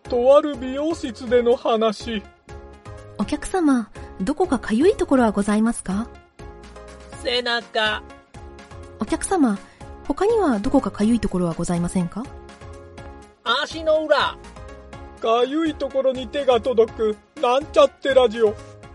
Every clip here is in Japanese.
とある美容室での話。 お客様、どこかかゆいところはございますか？ 背中。 お客様、他にはどこかかゆいところはございませんか？ 足の裏。 かゆいところに手が届くなんちゃってラジオ。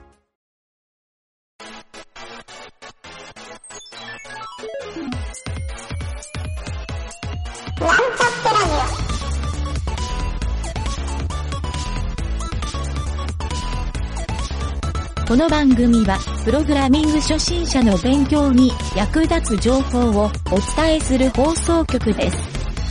この番組はプログラミング初心者の勉強に役立つ情報をお伝えする放送局です。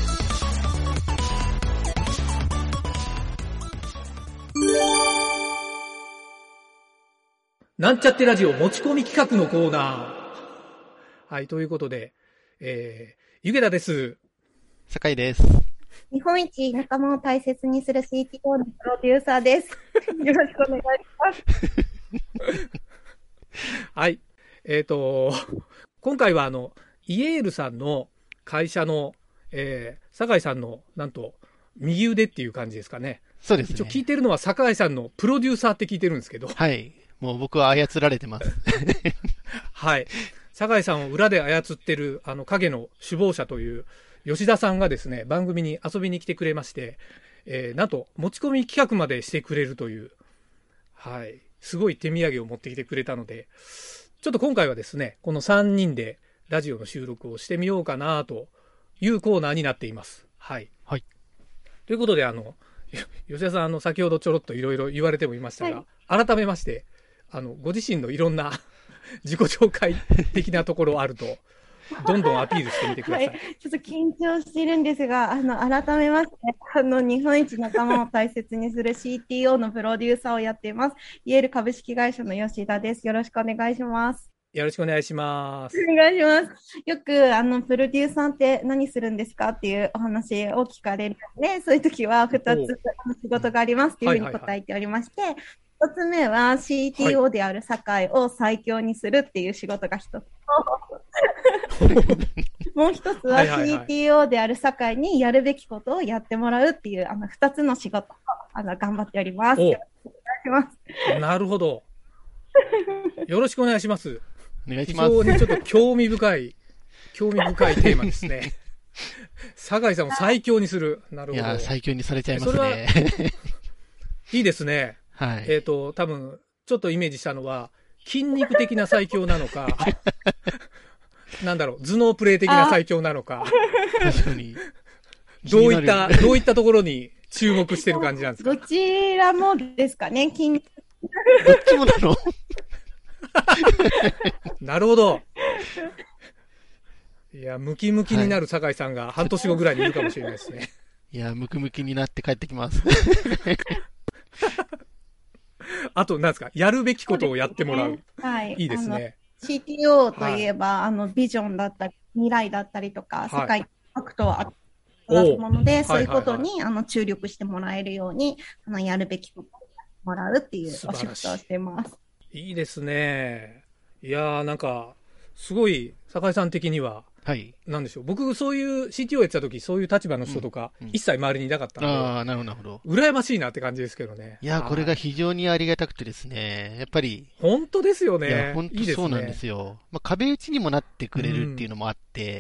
なんちゃってラジオ持ち込み企画のコーナー。はい、ということで、ゆげたです。 酒井です。 日本一仲間を大切にする CTO のプロデューサーです。よろしくお願いします。 はい。今回はイエールさんの会社の、酒井さんの、なんと、右腕っていう感じですかね。 そうですね。 一応聞いてるのは酒井さんのプロデューサーって聞いてるんですけど。 はい。もう僕は操られてます。 はい。酒井さんを裏で操ってる、影の首謀者という吉田さんがですね、番組に遊びに来てくれまして、なんと、持ち込み企画までしてくれるという、はい。すごい手土産を持ってきてくれたので、ちょっと今回はですね、この3人でラジオの収録をしてみようかなというコーナーになっています。はい。 はい。 ということで、吉田さん、先ほどちょろっといろいろ言われてもいましたが、はい、改めまして、ご自身のいろんな自己紹介的なところあると、どんどんアピールしてみてください。はい、 ちょっと緊張しているんですが、改めまして、日本一仲間を大切にする CTO のプロデューサーをやっています。イエール株式会社の吉田です。よろしくお願いします。 よろしくお願いします。 お願いします。よく、プロデューサーって何するんですかっていうお話を聞かれるので、そういう時は2つ仕事がありますっていうふうに答えておりまして、1つ目は CTO である酒井を最強にするっていう仕事が1つと、もう1つは CTO である酒井にやるべきことをやってもらうっていう2つの仕事を頑張っております。よろしくお願いします。 なるほど。よろしくお願いします。 お願いします。 非常にちょっと興味深いテーマですね。酒井さんを最強にする。なるほど。 いや、最強にされちゃいますね。 いいですね。 はい。 多分、ちょっとイメージしたのは、筋肉的な最強なのか、なんだろう、頭脳プレイ的な最強なのか。 確かに。 どういったところに注目してる感じなんですか？ どちらもですかね、筋肉。 どっちもなの？ なるほど。いや、ムキムキになる酒井さんが半年後ぐらいにいるかもしれないですね。 いや、ムキムキになって帰ってきます。 あと、なんですか、やるべきことをやってもらう。 はい。 いいですね。 CTO といえば、ビジョンだったり、未来だったりとか、世界アクトを出すもので、そういうことに、注力してもらえるように、やるべきことをやってもらうっていうお仕事をしています。 いいですね。いやー、なんか、すごい、酒井さん的には、 はい。 なんでしょう。僕、そういう CTO やってた時、そういう立場の人とか、一切周りにいなかったので、 ああ、なるほど。 羨ましいなって感じですけどね。 いや、これが非常にありがたくてですね、やっぱり。 本当ですよね。 いや、本当そうなんですよ。まあ、壁打ちにもなってくれるっていうのもあって、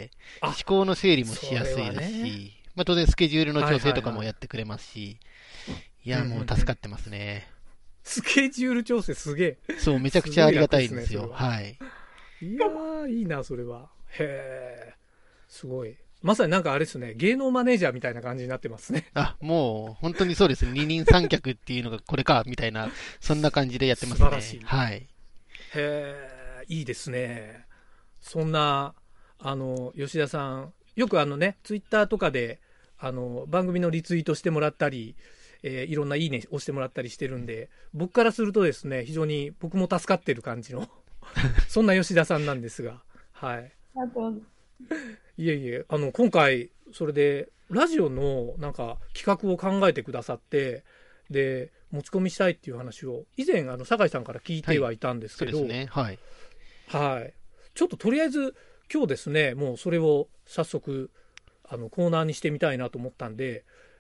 思考の整理もしやすいですし、まあ、当然スケジュールの調整とかもやってくれますし、いや、もう助かってますね。 スケジュール調整すげえ。 そう、めちゃくちゃありがたいんですよ。はい。 いやー、いいな、それは。へー。すごい。まさになんかあれですね、芸能マネージャーみたいな感じになってますね。 あ、もう、本当にそうですね。二人三脚っていうのがこれか、みたいな、そんな感じでやってますね。 素晴らしい。 はい。 へー、いいですね。そんな、吉田さん、よくツイッターとかで、番組のリツイートしてもらったり、いろんないいね押してもらったりしてるんで、僕からするとですね、非常に僕も助かってる感じの、そんな吉田さんなんですが、はい。いえいえ、今回、それで、ラジオのなんか企画を考えてくださって、で、持ち込みしたいっていう話を、以前、酒井さんから聞いてはいたんですけど、 そうですね、はい。 はい。ちょっととりあえず、今日ですね、もうそれを早速、コーナーにしてみたいなと思ったんで、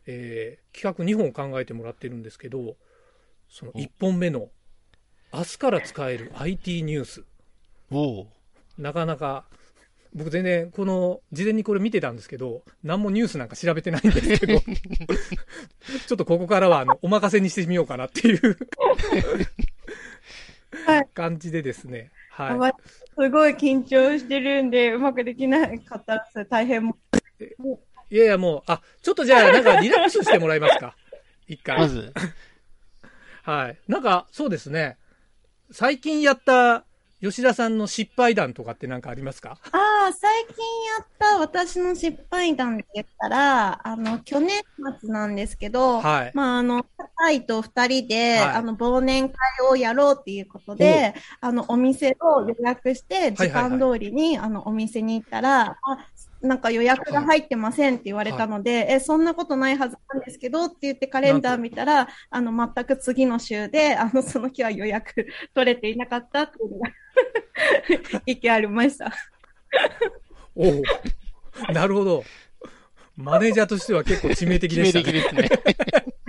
企画2本考えてもらってるんですけど、その1本目の明日から使える IT ニュース。なかなか、僕全然事前にこれ見てたんですけど、何もニュースなんか調べてないんですけど、ちょっとここからはお任せにしてみようかなっていう感じでですね。はい。 すごい緊張してるんで、うまくできなかったら大変も。 いやいやもう、ちょっとじゃあなんかリラックスしてもらえますか。一回。 まず。 はい。なんか、そうですね。最近やった吉田さんの失敗談とかって何かありますか？ 最近やった私の失敗談って言ったら、去年末なんですけど、 はい。 酒井と二人で、忘年会をやろうっていうことで、お店を予約して、時間通りに、お店に行ったら、なんか予約が入ってませんって言われたので、そんなことないはずなんですけどって言ってカレンダー見たら、全く次の週で、その日は予約取れていなかったっていうのが意見ありました。 おお、なるほど。マネージャーとしては結構致命的でしたね。致命的ですね。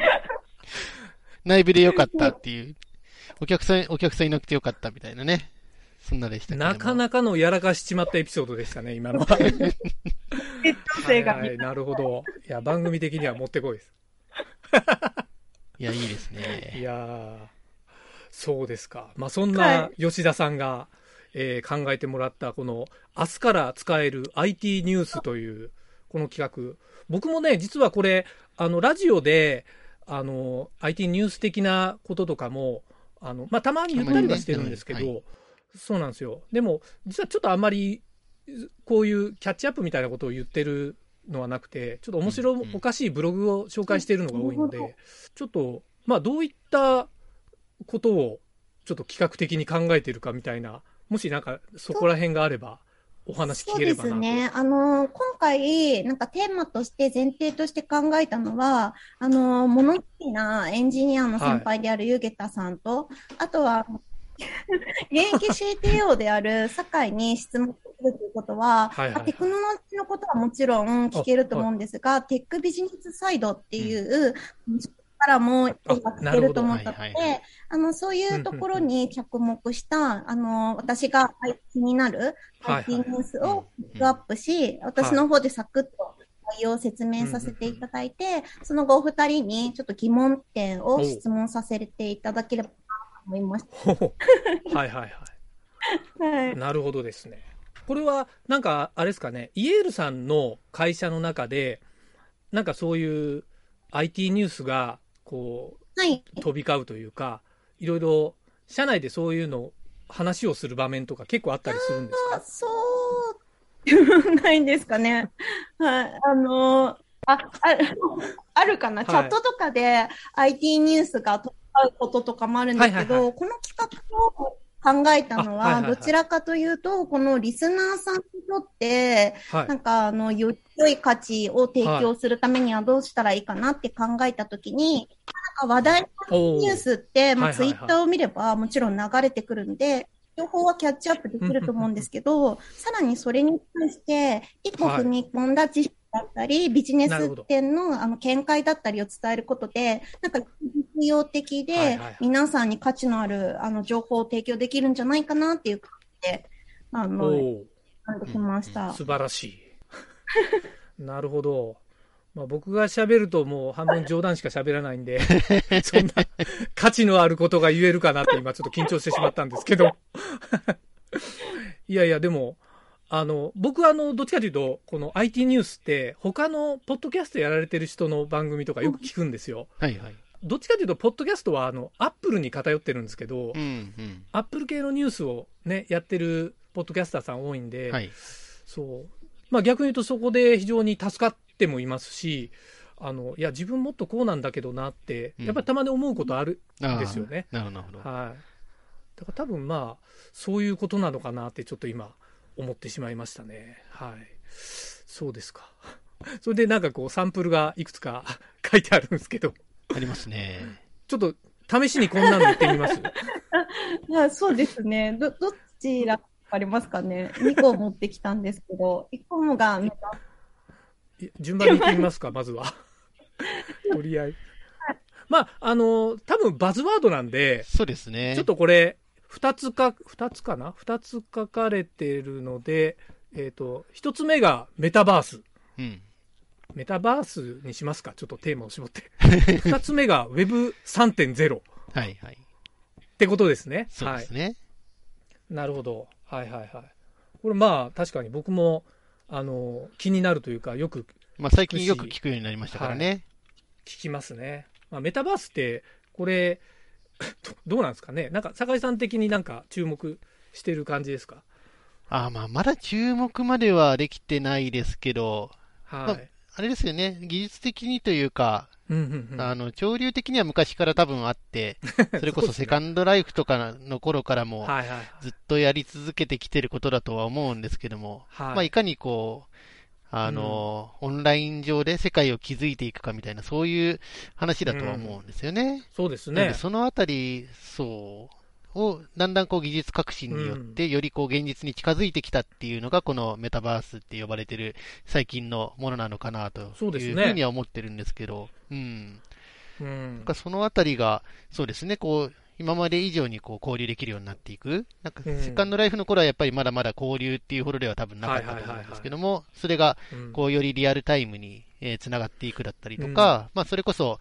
内部でよかったっていう。お客さんいなくてよかったみたいなね。そんなでしたけど。 なかなかのやらかしちまったエピソードでしたね、今のは。はい、なるほど。いや、番組的にはもってこいです。 いや、いいですね。 いやそうですか。そんな吉田さんが、考えてもらったこの明日から使える IT ニュースというこの企画、僕もね実はこれラジオでIT ニュース的なこととかもたまに言ったりはしてるんですけど、そうなんですよ。でも実はちょっとあんまりこういうキャッチアップみたいなことを言ってるのはなくて、ちょっと面白おかしいブログを紹介しているのが多いので、ちょっとどういったことをちょっと企画的に考えているかみたいな、もしなんかそこら辺があればお話聞ければなと。 そうですね。今回なんかテーマとして前提として考えたのは、物好きなエンジニアの先輩であるユゲタさんと、あとは現役 CTO である酒井に質問するということは、テクノロジーのことはもちろん聞けると思うんですが、テックビジネスサイドっていう、からも聞けると思ったので、そういうところに着目した、私が気になる IT ニュースをピックアップし、私の方でサクッと内容を説明させていただいて、その後お二人にちょっと疑問点を質問させていただければと思いました。 はいはいはい。なるほどですね。これはなんかあれですかね、イエールさんの会社の中でなんかそういう IT ニュースがこう、飛び交うというか、いろいろ社内でそういうの話をする場面とか結構あったりするんですか？ そうないんですかね。はい、あるかな、チャットとかで IT ニュースが飛び交うこととかもあるんですけど、この企画を考えたのは、どちらかというと、このリスナーさんにとって、なんか、より良い価値を提供するためにはどうしたらいいかなって考えたときに、なんか話題のニュースって、ツイッターを見ればもちろん流れてくるんで、情報はキャッチアップできると思うんですけど、さらにそれに対して、一歩踏み込んだ知識だったり、ビジネス点の見解だったりを伝えることで、なんか実用的で、皆さんに価値のある情報を提供できるんじゃないかなっていう感じで、選んできました。 素晴らしい。なるほど。僕が喋るともう半分冗談しか喋らないんで、そんな価値のあることが言えるかなって今ちょっと緊張してしまったんですけど。いやいや、でも、僕はどっちかというと、この IT ニュースって他のポッドキャストやられてる人の番組とかよく聞くんですよ。どっちかというと、ポッドキャストはアップルに偏ってるんですけど、アップル系のニュースをね、やってるポッドキャスターさん多いんで、そう。逆に言うとそこで非常に助かってもいますし、いや、自分もっとこうなんだけどなって、やっぱりたまに思うことあるんですよね。 なるほど。 はい。だから多分そういうことなのかなってちょっと今思ってしまいましたね。はい。そうですか。それでなんかこうサンプルがいくつか書いてあるんですけど。 ありますね。 ちょっと試しにこんなの言ってみます？ そうですね。どちらありますかね。2個持ってきたんですけど、1個が順番に言ってみますか、まずは。 取り合い。まあ、多分バズワードなんで、 そうですね。 ちょっとこれ、2つかな ?2 つ書かれてるので、1つ目がメタバース。 うん。 メタバースにしますか、ちょっとテーマを絞って。2つ目が Web3.0。 はいはい。 ってことですね。 そうですね。 はい、なるほど。はいはいはい。これまあ、確かに僕も、気になるというか、よく。 まあ最近よく聞くようになりましたからね。はい、 聞きますね。まあ、メタバースって、これ、どうなんですかね。なんか、酒井さん的になんか注目してる感じですか？ まあ、まだ注目まではできてないですけど、 はい。 まあ、あれですよね。技術的にというか、 うんうんうん、 潮流的には昔から多分あって、それこそセカンドライフとかの頃からも、ずっとやり続けてきてることだとは思うんですけども、 はい、 まあ、いかにこう、オンライン上で世界を築いていくかみたいな、そういう話だとは思うんですよね。 そうですね。 そのあたり、をだんだんこう技術革新によってよりこう現実に近づいてきたっていうのがこのメタバースって呼ばれてる最近のものなのかなというふうには思ってるんですけど、そのあたりがそうですね、こう今まで以上にこう交流できるようになっていく。なんかセカンドライフの頃はやっぱりまだまだ交流っていうほどでは多分なかったと思うんですけども、それがこうよりリアルタイムにつながっていくだったりとか、まあそれこそ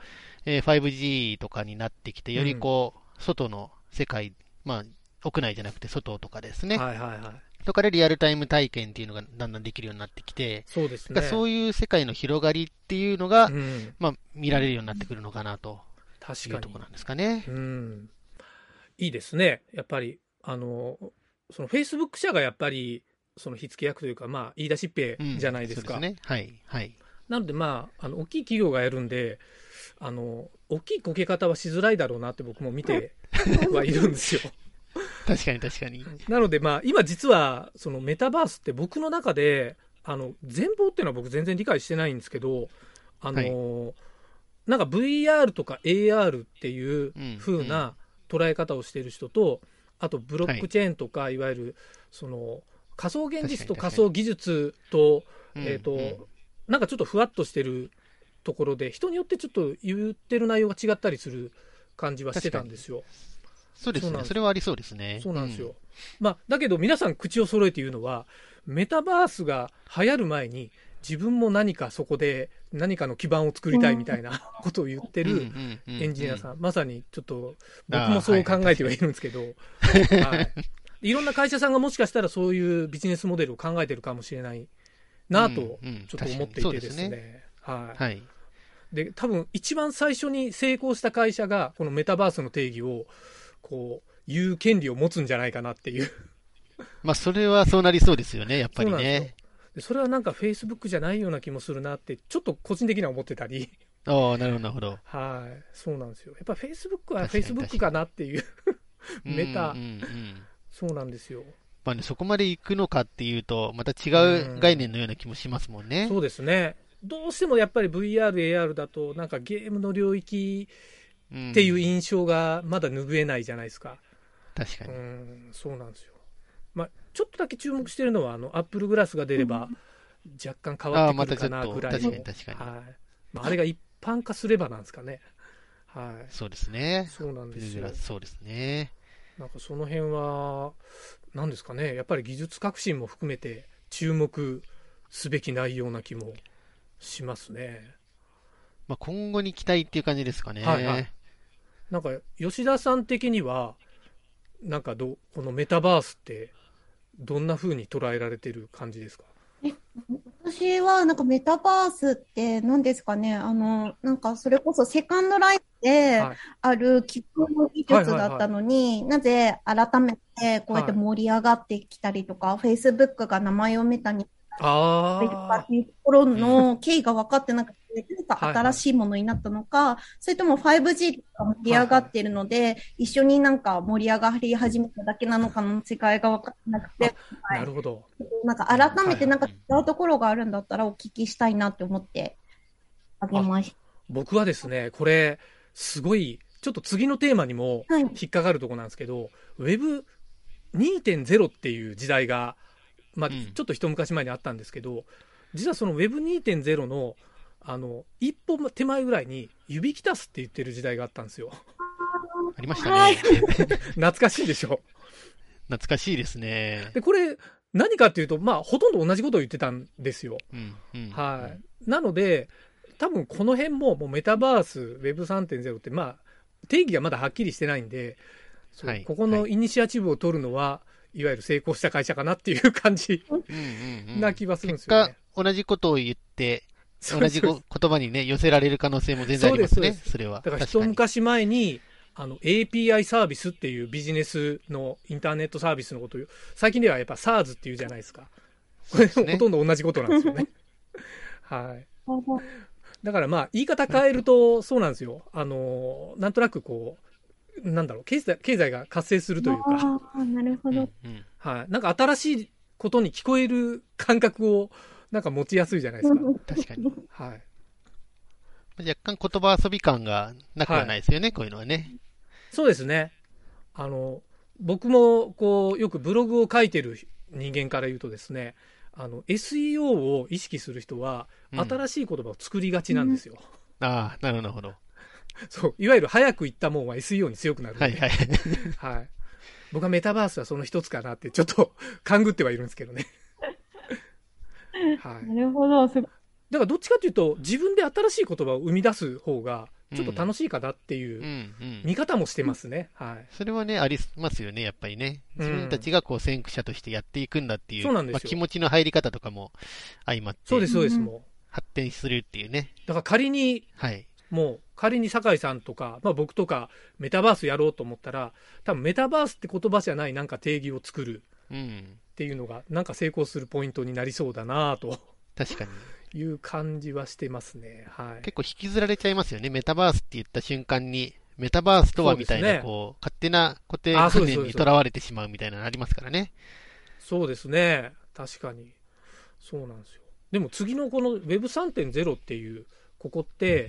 5G とかになってきてよりこう外の世界、まあ、屋内じゃなくて外とかですね。とかでリアルタイム体験っていうのがだんだんできるようになってきて、 そうですね。 そういう世界の広がりっていうのが、まあ、見られるようになってくるのかなと。 確かに。 いうところなんですかね。 いいですね。やっぱり、その Facebook 社がやっぱり、その火付け役というか、まあ、言い出しっぺじゃないですか。 そうですね。はい。はい。 なので、まあ、大きい企業がやるんで、大きいこけ方はしづらいだろうなって僕も見てはいるんですよ。 確かに確かに。 なのでまあ今実はそのメタバースって僕の中で全貌っていうのは僕全然理解してないんですけど、なんか VR とか AR っていう風な捉え方をしている人と、あとブロックチェーンとか、いわゆるその仮想現実と仮想技術となんかちょっとふわっとしてるところで人によってちょっと言ってる内容が違ったりする感じはしてたんですよ。 そうですね。それはありそうですね。 そうなんですよ。まあだけど皆さん口を揃えて言うのは、メタバースが流行る前に自分も何かそこで何かの基盤を作りたいみたいなことを言ってるエンジニアさん、まさにちょっと僕もそう考えてはいるんですけど、いろんな会社さんがもしかしたらそういうビジネスモデルを考えてるかもしれないなとちょっと思っていてですね。はい。で、多分一番最初に成功した会社がこのメタバースの定義をこう言う権利を持つんじゃないかなっていう。 まあそれはそうなりそうですよね、やっぱりね。 それはなんか Facebook じゃないような気もするなってちょっと個人的には思ってたり。 ああ、なるほどなるほど。 はい、そうなんですよ。やっぱ Facebook は Facebook かなっていうメタ、そうなんですよ。 まあね、そこまで行くのかっていうとまた違う概念のような気もしますもんね。 そうですね。どうしてもやっぱり VR、AR だとなんかゲームの領域っていう印象がまだ拭えないじゃないですか。 確かに。 そうなんですよ。まあちょっとだけ注目してるのはApple グラスが出れば若干変わってくるかなぐらいの。 確かに。 まあ、あれが一般化すればなんですかね。はい。 そうですね。 そうなんですよ。 そうですね。 なんかその辺は何ですかね。やっぱり技術革新も含めて注目すべき内容な気もしますね。 まあ、今後に期待っていう感じですかね。 なんか吉田さん的にはなんかこのメタバースってどんな風に捉えられてる感じですか？ 私はなんかメタバースって何ですかね、なんかそれこそセカンドライフである既存の技術だったのに、なぜ改めてこうやって盛り上がってきたりとか、Facebook が名前をメタにっていうところの経緯が分かってなくて、何か新しいものになったのか、それとも 5G が盛り上がっているので、一緒になんか盛り上がり始めただけなのかの違いが分かってなくて、 なるほど。 なんか改めてなんか違うところがあるんだったらお聞きしたいなって思ってあげました。 僕はですね、これすごいちょっと次のテーマにも引っかかるところなんですけど、Web2.0 っていう時代がまあ、ちょっと一昔前にあったんですけど、実はその Web2.0 の、 一歩手前ぐらいに指キタスって言ってる時代があったんですよ。 ありましたね。 懐かしいでしょ。 懐かしいですね。 で、これ、何かっていうと、まあ、ほとんど同じことを言ってたんですよ。はい。なので、多分この辺も、もうメタバース、Web3.0 って、まあ、定義がまだはっきりしてないんで、はい、ここのイニシアチブを取るのは、いわゆる成功した会社かなっていう感じな気はするんですよね。 結果、同じことを言って、同じ言葉にね、寄せられる可能性も全然ありますね、それは。 だから一昔前に、API サービスっていうビジネスのインターネットサービスのことを、最近ではやっぱ SaaS っていうじゃないですか。これほとんど同じことなんですよね。はい。だからまあ、言い方変えると、そうなんですよ。なんとなくこう、なんだろう、経済が活性するというか。 なるほど。 はい。なんか新しいことに聞こえる感覚を、なんか持ちやすいじゃないですか。 確かに。 はい。 若干言葉遊び感がなくはないですよね、こういうのはね。 そうですね。僕も、こう、よくブログを書いてる人間から言うとですね、SEO を意識する人は、新しい言葉を作りがちなんですよ。 ああ、なるほど。 そう、いわゆる早く言ったもんは SEO に強くなる。 はいはい。 はい。僕はメタバースはその一つかなって、ちょっと勘ぐってはいるんですけどね。 はい。なるほど。 だからどっちかというと、自分で新しい言葉を生み出す方が、ちょっと楽しいかなっていう見方もしてますね。はい。 それはね、ありますよね、やっぱりね。自分たちがこう先駆者としてやっていくんだっていう、 そうなんですよ。 気持ちの入り方とかも相まって。 そうです、そうです、もう。 発展するっていうね。 だから仮に、 はい。 もう仮に酒井さんとか、まあ僕とかメタバースやろうと思ったら、多分メタバースって言葉じゃないなんか定義を作るっていうのが、なんか成功するポイントになりそうだなと。 確かに。 いう感じはしてますね。はい。 結構引きずられちゃいますよね。メタバースって言った瞬間に、メタバースとはみたいな、こう、勝手な固定観念にとらわれてしまうみたいなのありますからね。 そうですね。確かに。そうなんですよ。でも次のこの Web3.0 っていう、ここって、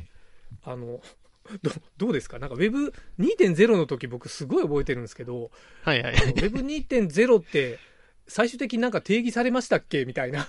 どうですかなんか Web2.0 の時僕すごい覚えてるんですけど、 はいはい。 Web2.0 って最終的になんか定義されましたっけみたいな。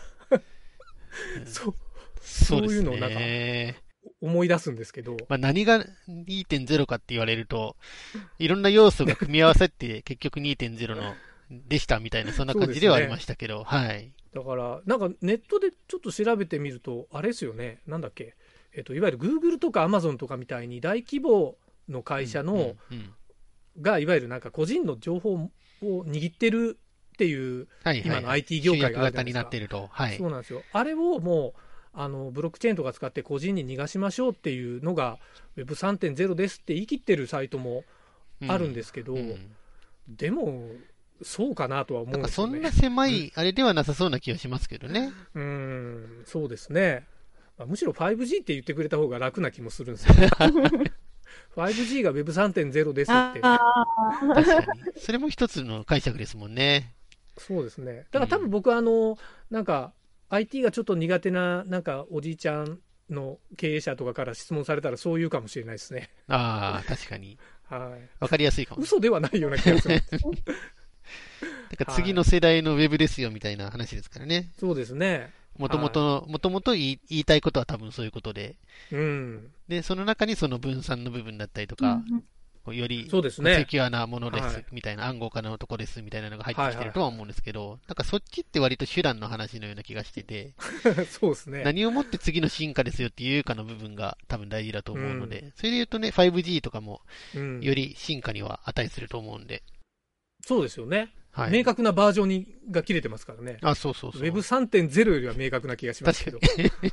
そういうのをなんか思い出すんですけど。 まあ何が 2.0 かって言われると、いろんな要素が組み合わさって結局 2.0 のでしたみたいな、そんな感じではありましたけど、ね、はい。 だから、なんかネットでちょっと調べてみると、あれですよね、なんだっけ、いわゆる Google とか Amazon とかみたいに大規模の会社の、が、いわゆるなんか個人の情報を握ってるっていう、今の IT 業界があるじゃないですか。 になってると。はい。 そうなんですよ。あれをもう、ブロックチェーンとか使って個人に逃がしましょうっていうのが Web3.0 ですって言い切ってるサイトもあるんですけど、でも、そうかなとは思うんですよね。 なんかそんな狭いあれではなさそうな気がしますけどね。 そうですね。むしろ 5G って言ってくれた方が楽な気もするんですよね。5G が Web3.0 ですって。 確かに。それも一つの解釈ですもんね。 そうですね。だから多分僕はなんか IT がちょっと苦手ななんかおじいちゃんの経営者とかから質問されたらそう言うかもしれないですね。 ああ、確かに。 はい。 わかりやすいかも。 嘘ではないような気がする。 なんか次の世代のウェブですよみたいな話ですからね。 そうですね。 もともと言いたいことは多分そういうことで。で、その中にその分散の部分だったりとか、よりセキュアなものですみたいな、暗号化のとこですみたいなのが入ってきてるとは思うんですけど、なんかそっちって割と手段の話のような気がしてて、 そうですね。 何をもって次の進化ですよっていうかの部分が多分大事だと思うので、それで言うとね、5G とかもより進化には値すると思うんで。 そうですよね。明確なバージョンが切れてますからね。 そう。 Web3.0 よりは明確な気がしますけど。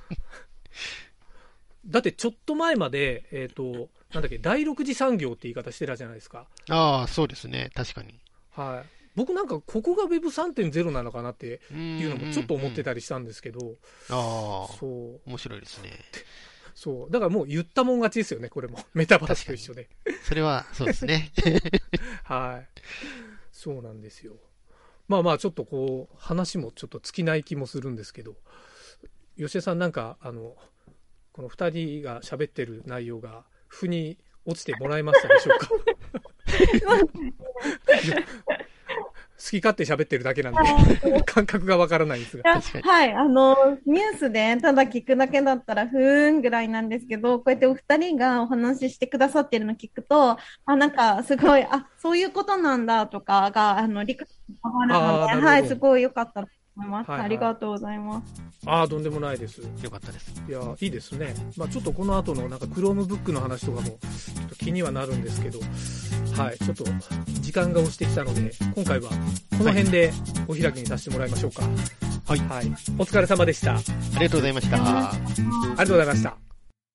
だってちょっと前まで、なんだっけ、第6次産業って言い方してたじゃないですか。 そうですね。確かに。 はい。僕なんかここが Web3.0 なのかなっていうのもちょっと思ってたりしたんですけど。 そう。面白いですね。 そう。だからもう言ったもん勝ちですよね、これも。メタバースと一緒で。 それは、そうですね。 はい。そうなんですよ。まあちょっとこう話もちょっと尽きない気もするんですけど、吉江さんなんかこの2人が喋ってる内容が腑に落ちてもらえましたでしょうか。 き勝手喋ってるだけなんで、感覚がわからないんですが。 はい、ニュースでただ聞くだけだったら、ふーんぐらいなんですけど、こうやってお二人がお話ししてくださってるの聞くと、なんかすごい、そういうことなんだとかが、理解がわかるので、はい、すごい良かったと思います。ありがとうございます。 とんでもないです。 よかったです。 いや、いいですね。まあちょっとこの後のなんか Chromebook の話とかも、ちょっと気にはなるんですけど、はい、ちょっと時間が押してきたので、今回はこの辺でお開きにさせてもらいましょうか。はい。はい。お疲れ様でした。ありがとうございました。 ありがとうございました。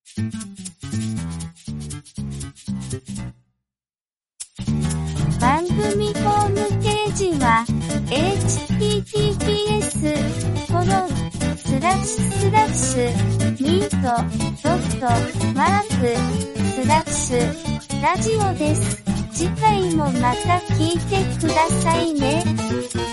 番組ホームページは https://mint.mark/ラジオです。次回もまた聞いてくださいね。